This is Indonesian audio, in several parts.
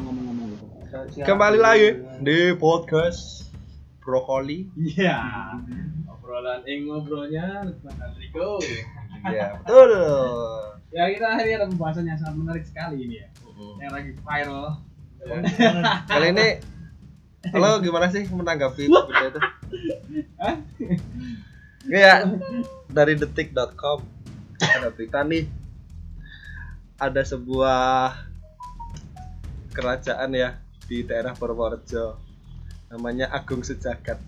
ngomong-ngomong gitu. Kembali lagi di podcast Brokoli. Iya. Obrolan ngobrolnya Lukman dan Riko. Iya, betul. Ya, kita hari ini ada pembahasan yang sangat menarik sekali ini ya. Yang lagi viral. Kali ini lo gimana sih menanggapi berita itu? Hah? Ya, dari detik.com ada berita nih. Ada sebuah kerajaan ya di daerah Purworejo. Namanya Agung Sejagat.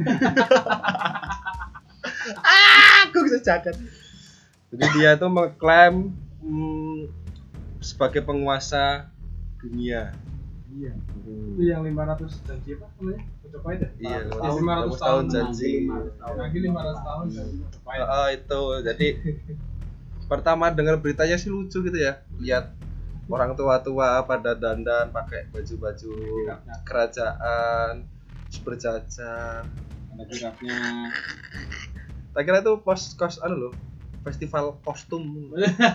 Agung Sejagat. Jadi dia itu mengklaim sebagai penguasa dunia. Iya. Itu yang 500 janji apa namanya? Majapahit ya? Iya, 500 tahun janji. Lagi 500 tahun janji Majapahit. Itu. Jadi pertama dengar beritanya sih lucu gitu ya. Lihat orang tua-tua pada dandan pakai baju-baju kerajaan, berjajar. Ada kirapnya. Tak kira itu loh, festival kostum.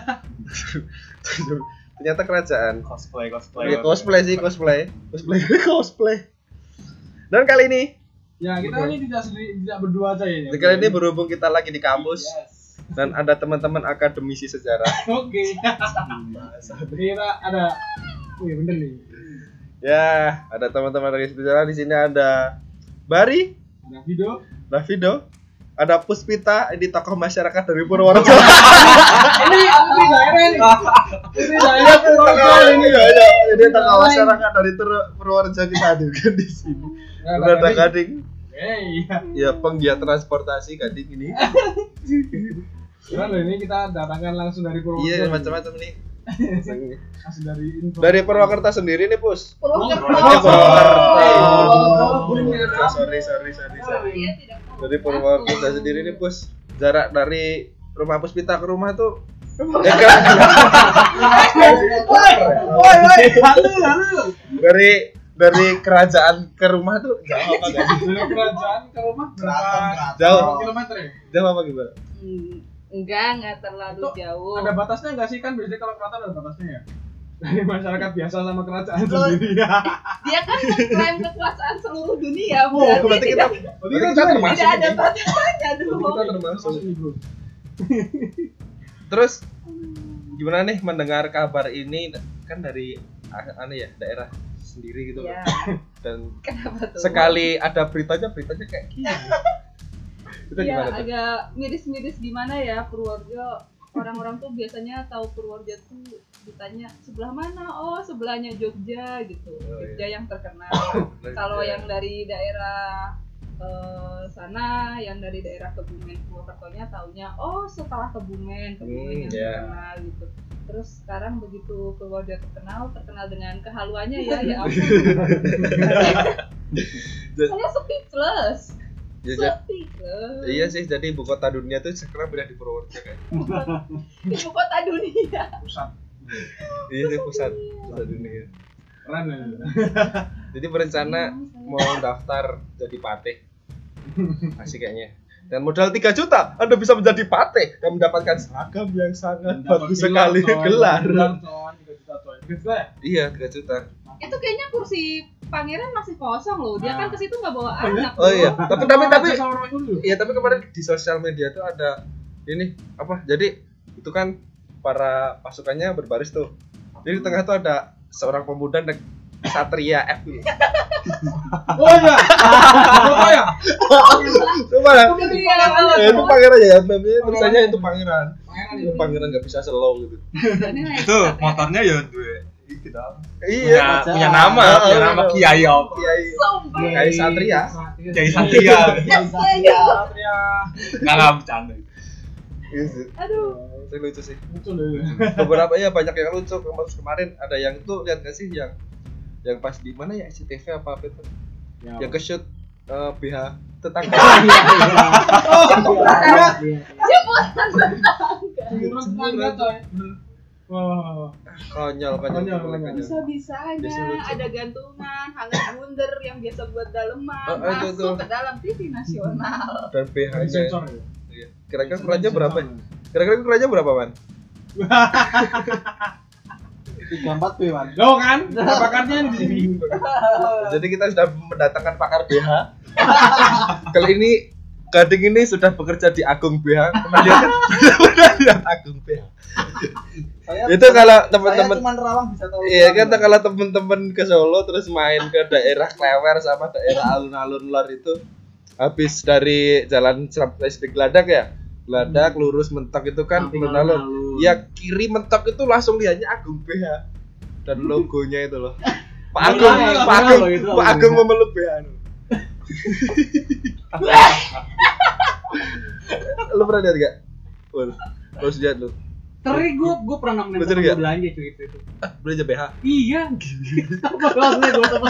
Ternyata kerajaan. Cosplay. Ya, cosplay. Dan kali ini Ya, kita ini tidak berdua aja ya. kali ini berhubung kita lagi di kampus. Yes. Dan ada teman-teman akademisi sejarah. Oke. Kira ada. Oh iya bener nih. Ya, ada teman-teman dari sejarah. Di sini ada Bari, Ada video. Davido, ada Puspita, ini tokoh masyarakat dari Purworejo. Ini daerah nih. Ini daerah Purworejo ini. Ya. Ini tokoh masyarakat dari Purworejo kita hadirkan di sini. Ada Gading. Iya. Ya, penggiat transportasi Gading ini. Gimana ini kita datangkan langsung dari Purworejo. Iya, macam-macam nih. Langsung dari info. Dari Purwokerto sendiri nih, Pus. Purwokerto. Sorry. Dari Purwokerto sendiri nih, Pus. Jarak dari rumah Puspita ke rumah tuh dari kerajaan ke rumah tuh jauh apa enggak sih? Dari kerajaan ke rumah berapa? Jauh. Kilometer ya? Jauh apa gimana? Enggak terlalu Itu jauh. Ada batasnya nggak sih, kan biasanya kalau kereta ada batasnya ya? Dari masyarakat biasa sama kerajaan sendiri ya. Dia kan mengklaim kekuasaan seluruh dunia, berarti kita termasuk. tidak ada batasannya dulu. Kita termasuk. Terus gimana nih mendengar kabar ini kan dari daerah sendiri gitu Ya. Dan Kenapa tuh? sekali ada beritanya kayak gini. Itu Ya, gimana tuh? agak miris-miris gimana ya Purworejo. Orang-orang tuh biasanya tahu Purworejo tuh ditanya sebelah mana? Oh, sebelahnya Jogja gitu. Jogja yang terkenal. Kalau yang dari daerah sana, yang dari daerah Kebumen Purwokertonya taunya oh setelah Kebumen yang terkenal gitu. Terus sekarang begitu Purworejo terkenal dengan kehaluannya ya ampun. Saya speechless. Speechless. Iya sih, jadi ibu kota dunia tuh sekarang pindah di Purworejo kan. Ibu kota dunia. Pusat. Iya sih, pusat dunia. Keren ya. Jadi berencana mau daftar jadi patih. Asik kayaknya. Dan modal 3 juta, Anda bisa menjadi patih dan mendapatkan seragam yang sangat bagus sekali, gelar. 3 juta coy. 3 juta ya? Iya, 3 juta. Itu kayaknya kursi pangeran masih kosong loh. Dia kan ke situ enggak bawa anak. Oh iya, tapi Iya. tapi kemarin di sosial media tuh ada ini apa? Jadi itu kan para pasukannya berbaris tuh. Jadi di tengah tuh ada seorang pemuda naik Satria F. Oh iya. Apa ya? Coba ya. Itu pangeran ya, namanya tulisannya itu pangeran. Pangeran enggak bisa slow gitu. Itu motornya ya duwe iki ta. Iya, Punya nama Kiai apa? Kiai Satria. Kiai Satria. Satria. Enggak bercanda. Iya sih. Aduh. Itu lucu sih. Lucu deh. Beberapa ya banyak yang lucu. Kemarin ada yang tuh lihat gak sih yang pas di mana ya SCTV apa itu? Yang ke shoot BH tetangga. Wah. Konyol. Bisa-bisanya ada gantungan, hangat bundar yang biasa buat daleman masuk ke dalam TV nasional. Dan BH-nya. Sensor ya. Iya. Kira-kira ukurannya berapa? Kira-kira ukurannya berapa, Man? 34B Wan. Loh kan, pakarnya di sini. Jadi kita sudah mendatangkan pakar BH. Kali ini Gading ini sudah bekerja di Agung BH. Pernah lihat Agung BH. Itu kalau teman-teman cuman Rawang bisa tahu. iya kan kalau teman-teman ke Solo terus main ke daerah Klewer sama daerah alun-alun luar itu habis dari jalan SD Geladak ya. Geladak lurus mentok itu kan alun-alun. Ya kiri mentok itu langsung lihatnya Agung BH. Dan logonya itu loh. Pak Agung memeluk BH. Lu pernah lihat gak? Harus lihat lu. Teri gue pernah nonton belanja cuy itu. Belanja BH. Iya. Apa gue sama.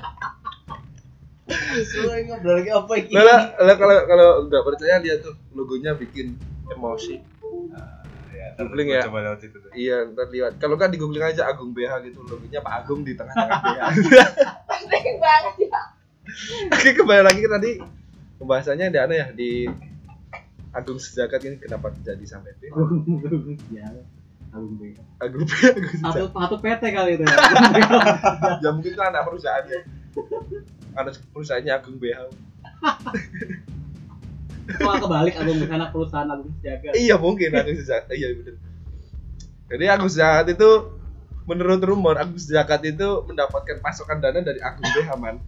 Soalnya ngobrol lagi apa ini? Kalau nggak percaya dia tuh logonya bikin emosi. Googling ya. Coba lewat itu. Iya, ntar lihat. Kalau kan di googling aja Agung BH gitu, logonya Pak Agung di tengah-tengah BH. Penting banget ya. Oke, kembali lagi ke tadi pembahasannya di ya di Agung Sejagat ini kenapa jadi sampai BH? Agung BH. Agung BH. Satu PT kali itu ya. Ya mungkin kan anak perusahaannya. Ada perusahaannya Agung BH. Wah kebalik Agung BH anak perusahaan Agung Sejagat. Iya mungkin Agung Sejagat. Iya benar. Jadi Agung Sejagat itu menurut rumor Agung Sejagat itu mendapatkan pasokan dana dari Agung BH man.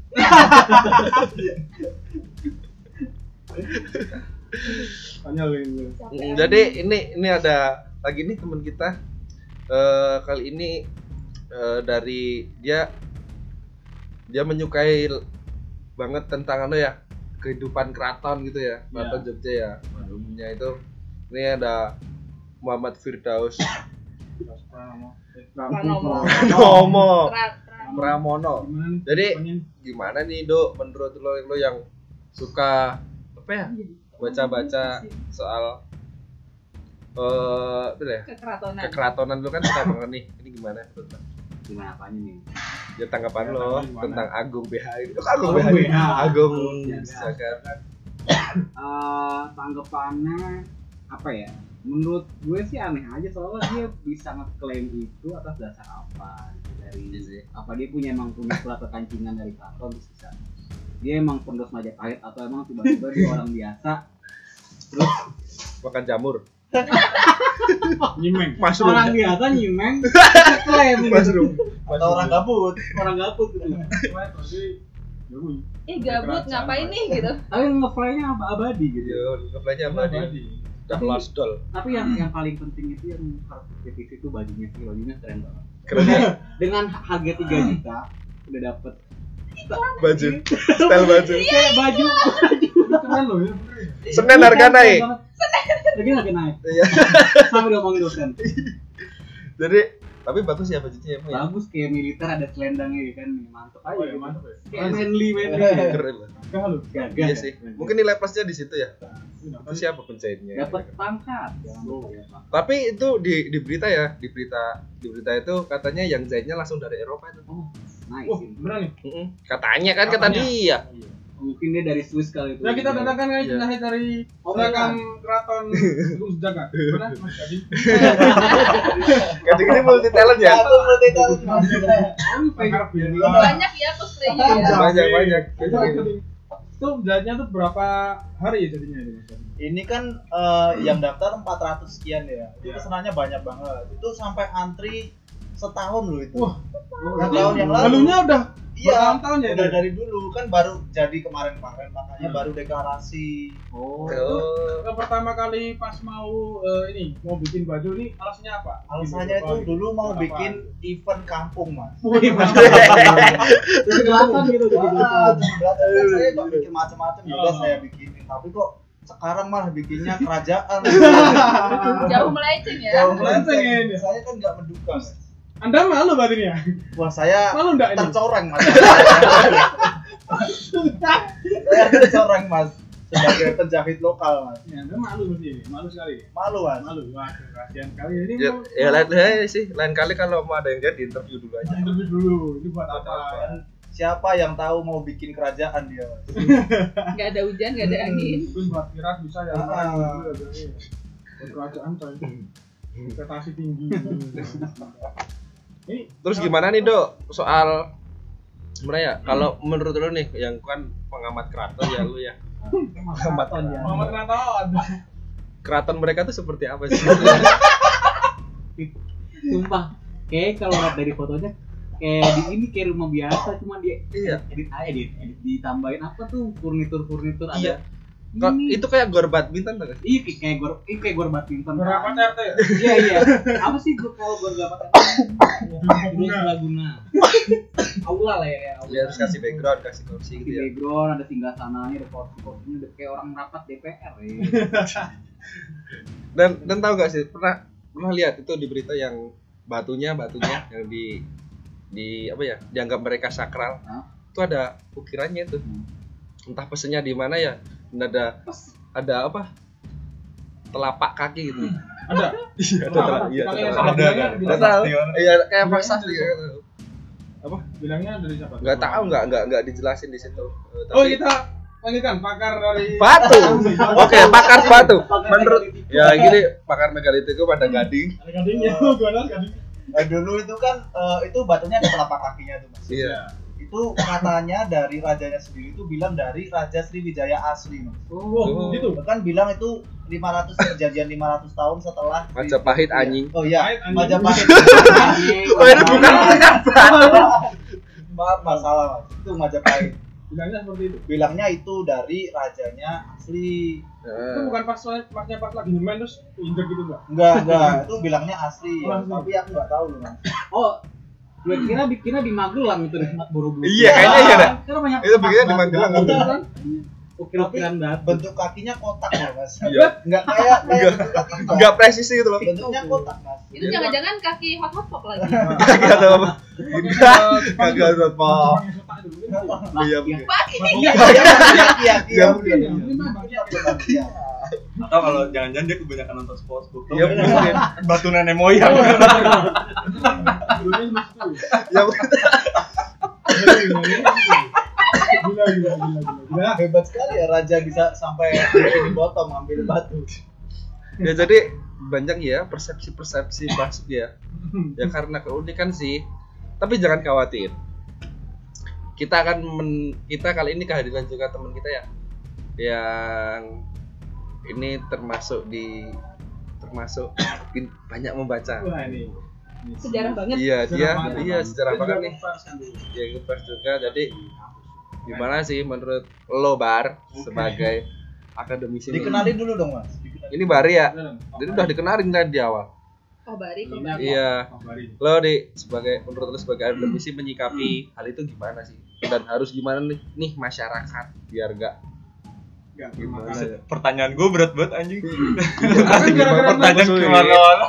Jadi ini ada lagi nih teman kita kali ini dari dia menyukai banget tentang kehidupan keraton gitu ya, keraton Jogja ya. Umumnya itu ini ada Muhammad Firdaus Pramono. Jadi gimana nih Dok, menurut lo yang suka apa ya? Baca-baca soal itu ya. Kekeratonan lo kan suka banget nih. Ini gimana menurut lo? Gimana apanya nih? Ya tanggapan Ya, lo gimana? tentang Agung BH itu. Agung BH. Agung Sejagat. Sejagat. Tanggapannya apa ya? Menurut gue sih aneh aja soalnya dia bisa ngeklaim itu atas dasar apa gitu. Dari apa dia emang punya surat kekancingan dari keraton terus bisa dia emang penerus Majapahit atau emang tiba-tiba dia orang biasa terus Makan jamur. Nyimeng. Mushroom. orang biasa nyimeng klaim Mushroom. atau orang gabut gitu. Gabut ngapain nih gitu. Tapi ngefly-nya abadi gitu. Yo, ngeplaynya apa nih? Udah lost doll. Tapi yang paling penting itu yang harus dikritik itu bajunya sih, bajunya keren banget. Keren ya? Dengan harga 3 juta udah dapet Baju. Style baju. kayak baju Keren loh ya. Senin harga naik. Lagi harga naik. Iya. Sampai ngomongin dosen. Jadi tapi bagus ya bajunya emang ya. Bagus kayak militer ada selendangnya kan mantap aja. Oh, iya, mantap ya. Kayak manly. Keren lah. Gak lu. Gagah. Iya sih. Mungkin nilai plusnya di situ ya. Itu siapa pencairnya? Dapat pangkat. Tapi itu di berita ya, di berita itu katanya yang jahitnya langsung dari Eropa itu. Oh, nice. Wah, beneran nih. Katanya kan kata dia. Mungkin dia dari Swiss kali itu. Nah, kita datangkan guys Iya. jahit dari seragam keraton Agung Sejagat. Benar Mas Gading? Gading ini multi talent ya. Banyak ya cosplaynya ya. Banyak. Itu jahitnya tuh berapa hari ya jadinya ini Mas Gading? Ini kan yang daftar 400 sekian ya. Itu Iya. pesanannya banyak banget. Itu sampai antri setahun loh itu. Wah, Tahun yang lalu. lalunya udah Iya, bertahun-tahun ya. udah itu? dari dulu kan baru jadi kemarin-kemarin makanya baru deklarasi. Oh. Yang pertama kali pas mau mau bikin baju ini alasannya apa? Alasannya itu dulu mau bikin event kampung, Mas. Kejelasan gitu Belakang saya kok bikin macam-macam ya udah saya bikinin. Tapi kok sekarang malah bikinnya kerajaan. Jauh melenceng ya. Jauh Melenceng melenceng. ini. Saya kan nggak menduga, Mas. Anda malu batinnya? Wah, saya Malu enggak ini? tercoreng, Mas. Saya tercoreng, Mas. Sebagai penjahit lokal, Mas. Ya, Anda malu mesti ini, malu sekali. Malu, Mas. Malu, wah kasihan kali ini. Ya lain kali kalau mau ada yang jadi interview dulu aja. Interview dulu, ini buat apa? Dan siapa yang tahu mau bikin kerajaan dia, Mas? Gak ada hujan, gak ada angin. Itu buat miras bisa ya. Ah. Buat kerajaan coy. Investasi tinggi. Terus gimana nih Dok soal sebenarnya ya kalau menurut lu nih yang kan pengamat keraton ya lu ya. Pengamat Muhammad Keraton. keraton mereka tuh seperti apa sih? Sumpah, kayak kalau lihat dari fotonya kayak di ini kayak rumah biasa, cuma dia Iya. edit ditambahin apa tuh furnitur Iya. ada. Ini Itu kayak gor badminton tuh. iya kayak gor badminton. Berapa RT ya? Iya. Apa sih kalau gor badminton? Laguna. Aula lah ya. Ya harus kasih background, kasih kursi Di gitu ya. background ada singgah sananya, ada kursi-kursinya udah kayak orang rapat DPR ya. Dan tahu gak sih pernah lihat itu di berita yang batunya yang di apa ya dianggap mereka sakral. Hah? Itu ada ukirannya itu. Entah pesennya di mana ya. Dan ada apa? Telapak kaki gitu. Ada. Iya, Iya, Enggak tahu. Iya, kayak prasasti gitu. Bilangnya dari siapa? Enggak tahu, enggak dijelasin di situ. Oh, kita panggilkan pakar dari Batu. Oke, pakar batu. Menurut ya gini, pakar megalitik itu pada gading. Ada gadingnya. Gimana gading? Dulu itu kan itu batunya ada telapak kakinya tuh Mas. Iya. Itu katanya dari rajanya sendiri itu bilang dari Raja Sriwijaya asli Mas. Oh, gitu. Bahkan bilang itu 500 tahun setelah Majapahit anjing. Oh iya, Majapahit. Majapahit. Oh, ini bukan batu. Maaf masalah Mas. Itu Majapahit. Bilangnya seperti itu. Bilangnya itu dari rajanya asli. Itu bukan pas lagi nyemen terus injek gitu enggak? Enggak, itu bilangnya asli. Oh, Ya. asli. Tapi aku enggak tahu loh Mas. Oh, gue kira bikinnya di Magelang itu deh, Borobudur. Iya, kayaknya iya dah. Karena banyak Itu bikinnya di Magelang. Betul kan? ukir-ukiran batu. Bentuk kakinya kotak loh Mas. Iya. Enggak kayak bentuk kaki Mbak. Enggak presisi gitu loh. Bentuknya kotak Mas. Itu jangan-jangan kaki hot hot lagi. Kagak ada apa. Kagak ada apa. Iya, bener. Iya, Iya, mungkin. Iya. Atau kalau jangan-jangan dia kebanyakan nonton SpongeBob. Iya, mungkin. Batu nenek moyang. Ya, Gila. Hebat sekali ya raja bisa sampai di bottom ambil batu. ya jadi banyak ya persepsi masuk ya. Ya karena keunikan sih. Tapi jangan khawatir. Kita akan kita kali ini kehadiran juga teman kita ya yang ini termasuk banyak membaca. Wah, ini Sejarah banget. Iya, Sejarah dia sejarah banget nih. nih. Ya ikut pers juga. Jadi gimana sih menurut lo Bar sebagai akademisi ini? Dikenalin dulu dong Mas. Ini Bari ya. Jadi udah dikenalin tadi di awal. Oh, Bari kok. Iya. Lo menurut lo sebagai akademisi menyikapi hal itu gimana sih? Dan harus gimana nih masyarakat biar gak gimana ya? Pertanyaan gue berat banget anjing. Asik gimana Pertanyaan sulit. kemana-mana.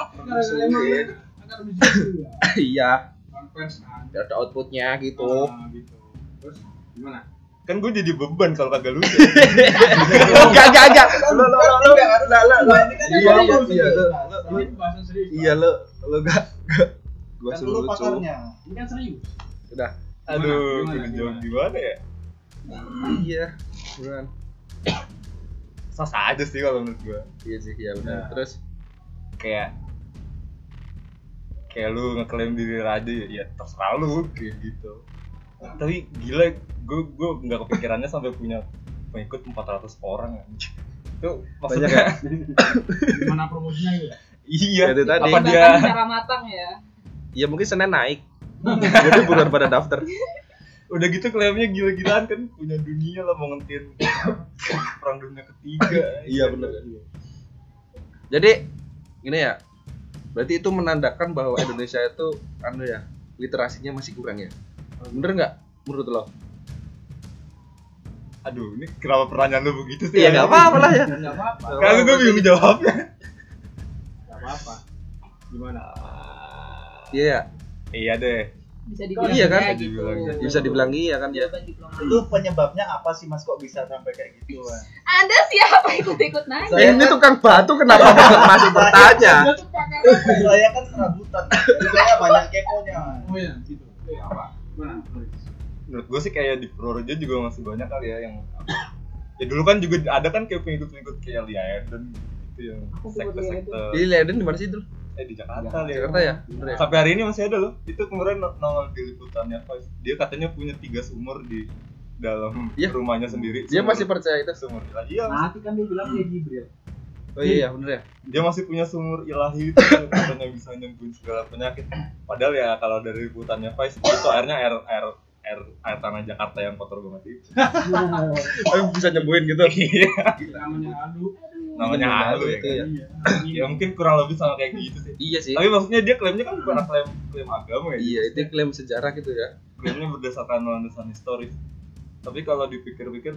Iya. Biar ada outputnya gitu. Terus gimana? Kan gue jadi beban kalau kagak lucu. Enggak. Lo. Iya lo gak gua Kan suruh dulu lucu. pakarnya. Ini kan serius. Udah. Aduh, Gimana? gue jawab gimana ya? Iya. Buruan. Sah aja sih kalau menurut gue. Iya sih, iya benar. Terus Kayak lu ngeklaim diri raja ya terserah lu kayak gitu. Tapi gila, gue nggak kepikirannya sampai punya pengikut 400 orang anjing. Itu banyak maksudnya ya. Gimana promosinya gitu? iya. Itu tadi. Apa dia Bahkan secara matang ya. Ya mungkin Senin naik. Jadi buruan pada daftar. udah gitu klaimnya gila-gilaan kan punya dunia lah mau ngentin perang dunia ketiga. Iya benar. Jadi gini ya. Berarti itu menandakan bahwa Indonesia itu literasinya masih kurang ya. Bener nggak menurut lo? Aduh, ini kenapa pertanyaan lu begitu sih? Iya nggak apa-apa lah ya. Enggak apa-apa. Kagak gue bingung jawabnya. Enggak apa-apa. Gimana? Iya ya. Iya deh. Bisa dibilang Iya kan? ya, gitu. Bisa dibilang iya kan ya. Jawaban diplomasi. Itu penyebabnya apa sih Mas kok bisa sampai kayak gitu Mas? Anda siapa ikut-ikut nanya? Saya- Ini tukang batu kenapa masih bertanya? Saya kan serabutan. Jadi saya banyak keponya. Oh iya, gitu. Apa? Gimana? Menurut gue sih kayak di Purworejo juga masih banyak kali ya yang ya dulu kan juga ada kan kayak pengikut-pengikut kayak Liaiden gitu yang sekte-sekte. Di Leiden di mana sih itu? Di Jakarta dia. Jakarta ya? Bener ya? Sampai hari ini masih ada loh. Itu kemarin nongol di liputannya Vice. Dia katanya punya 3 sumur di dalam Iya. rumahnya sendiri. Dia masih percaya itu? sumur ilahi. Iya. Mati kan dia bilang dia Jibril. Oh iya bener ya? Dia masih punya sumur ilahi itu katanya bisa nyembuhin segala penyakit. Padahal ya kalau dari liputannya Vice itu airnya air tanah Jakarta yang kotor banget itu. Tapi bisa nyembuhin gitu? Iya. Namanya aduh. Namanya halu ya kan. Iya. Ya mungkin kurang lebih sama kayak gitu sih. Iya sih. Tapi maksudnya dia klaimnya kan bukan klaim agama ya. Iya itu klaim sejarah gitu ya. Klaimnya berdasarkan landasan historis. Tapi kalau dipikir-pikir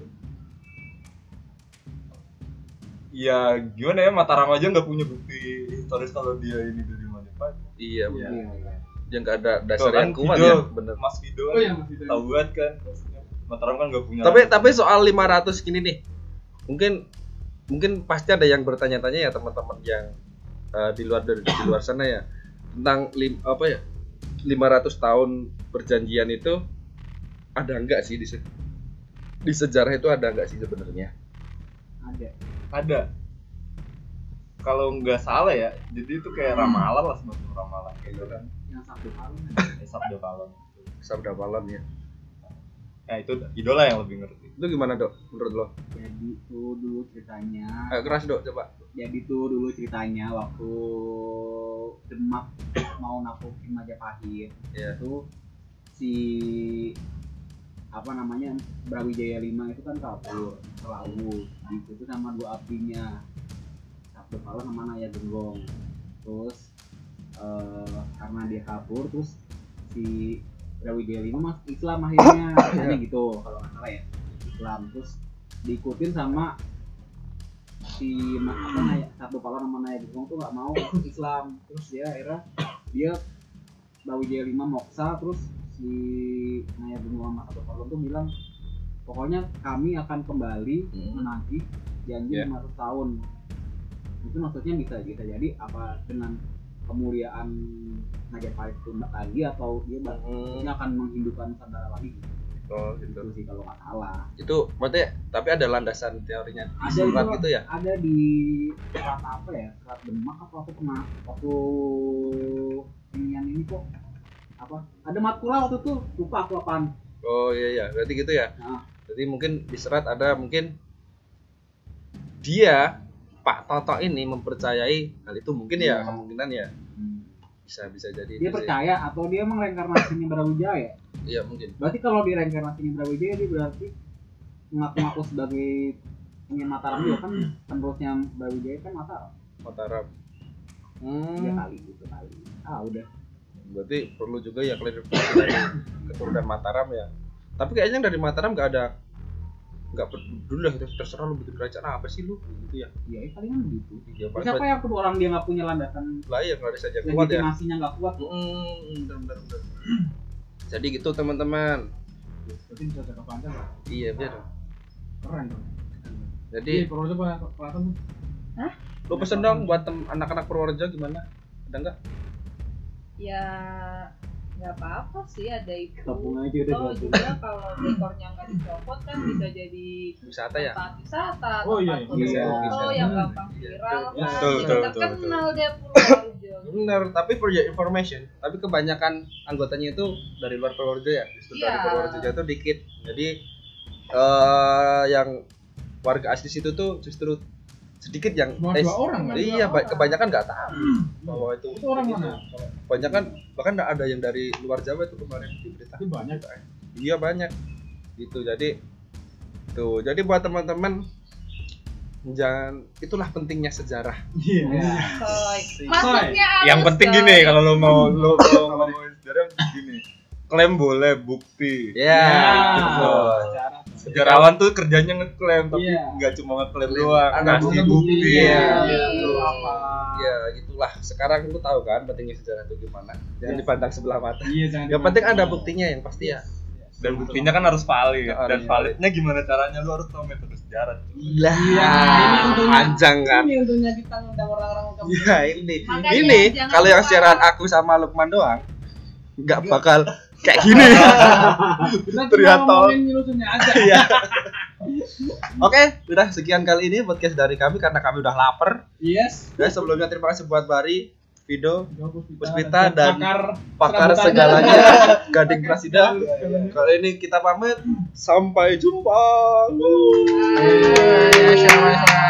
ya gimana ya, Mataram aja nggak punya bukti historis kalau dia ini dari Majapahit. Iya bener. Iya. Yang nggak ada dasar Tuh kan yang kuat Fido, ya. Bener. Mas Fido Oh iya Mas Fido. tahu banget kan. Maksudnya Mataram kan nggak punya. Tapi soal 500 gini nih, mungkin pasti ada yang bertanya-tanya ya teman-teman yang di luar sana ya tentang 500 tahun perjanjian itu ada enggak sih di sejarah itu ada enggak sih sebenarnya? Ada. Kalau nggak salah ya, jadi itu kayak ramalan lah, semacam ramalan kayak gitu kan. Yang Sabtu Palem. Sabda Palem. Sabda Palem ya. Ya itu idola yang lebih ngerti. Itu gimana Dok menurut lo? Jadi tuh dulu ceritanya. Keras Dok coba. Jadi tuh dulu ceritanya waktu Demak mau naklukin Majapahit. Iya. Itu si Brawijaya 5 itu kan kabur ke laut. Itu sama 2 abdinya. Sabtu Palem sama Naya Genggong. Terus karena dia kabur terus si Brawijaya 5 masuk Islam akhirnya. Katanya gitu kalau nggak salah ya. Islam terus diikutin sama si Sabtu Palem sama Naya Genggong tuh nggak mau Islam. Terus dia akhirnya Brawijaya 5 moksa, terus si Naya Genggong sama Sabtu Palem tuh bilang pokoknya kami akan kembali menagih janji 500 tahun. Itu maksudnya bisa jadi apa dengan kemuliaan Majapahit itu lagi atau dia maksudnya akan menghidupkan Nusantara lagi. Oh gitu. Itu sih kalau nggak salah. Itu maksudnya tapi ada landasan teorinya di Ada surat itu, gitu ya? Ada di serat apa ya? Serat Demak apa aku pernah waktu ini kok apa? Ada matkula waktu itu lupa aku apaan. Oh iya berarti gitu ya. Nah. Jadi mungkin di serat ada mungkin dia Pak Toto ini mempercayai hal itu mungkin ya kemungkinan ya. Bisa jadi Dia itu percaya atau dia emang reinkarnasinya Brawijaya? Iya mungkin. Berarti kalau di reinkarnasinya Brawijaya dia berarti mengaku sebagai punya Mataram juga kan, penerusnya Brawijaya kan Mataram. Iya kali gitu kali. Udah. Berarti perlu juga ya klarifikasi dari keturunan Mataram ya. Tapi kayaknya dari Mataram nggak peduli lah, itu terserah lu bikin kerajaan apa sih lu gitu ya. Iya paling kan begitu. Iya, Siapa yang tuh orang dia nggak punya landasan lah ya nggak ada saja kuat ya. legitimasinya nggak kuat. Bener. Jadi gitu teman-teman. Berarti bisa jaga panjang lah. Iya bener. Keren dong. Jadi Purworejo Selatan tuh. lu pesen dong buat anak-anak Purworejo gimana? Ada nggak? Ya nggak apa-apa sih ada itu. Tepung aja udah Oh bagus. juga kalau dekornya nggak dicopot kan bisa jadi Wisata ya? tempat wisata, Oh, iya, tempat iya. foto yang gampang Iya. viral kan. Betul, Jadi betul, terkenal dia Purworejo. Bener, tapi for your information, tapi kebanyakan anggotanya itu dari luar Purworejo ya. Justru dari Iya. Purworejo itu dikit. Jadi yang warga asli situ tuh justru sedikit yang Cuma 2 orang kan? Iya, kebanyakan nggak tahu bahwa itu. Itu orang gitu. mana? Kebanyakan bahkan nggak ada yang dari luar Jawa itu kemarin di berita. Tapi banyak kan. Iya banyak. Gitu. Jadi buat teman-teman jangan, itulah pentingnya sejarah. Iya. Masuknya harus Yang penting guys. gini, kalau lo mau ngomongin sejarah gini. Klaim boleh, bukti. Ya. Gitu. Sejarah. Sejarawan tuh kerjanya ngeklaim, tapi Iya. nggak cuma ngeklaim doang, Ada ngasih bukti. bukti. Iya. Iya. Apa? Ya gitulah. Sekarang lu tahu kan pentingnya sejarah itu gimana. Jangan dipandang sebelah mata. Iya, jangan. Yang penting ada buktinya yang pasti ya. Dan buktinya kan harus valid. Harus Dan valid. validnya gimana caranya, lu harus tahu metode sejarah. Gila. Iya, ini untungnya- Panjang kan. Ini untungnya kita ngundang orang-orang kamu. Iya ini. Makanya Ini jangan kalau yang lupa. siaran aku sama Lukman doang nggak bakal kayak gini. Kita cuma Ternyata. ngomongin nyusunnya aja. Iya. Oke, udah sekian kali ini podcast dari kami karena kami udah lapar. Yes. Dan sebelumnya terima kasih buat Bari Vido, Puspita Puspita dan pakar serabutan. segalanya Gading Prasida. Kali ini kita pamit, sampai jumpa. Shalom.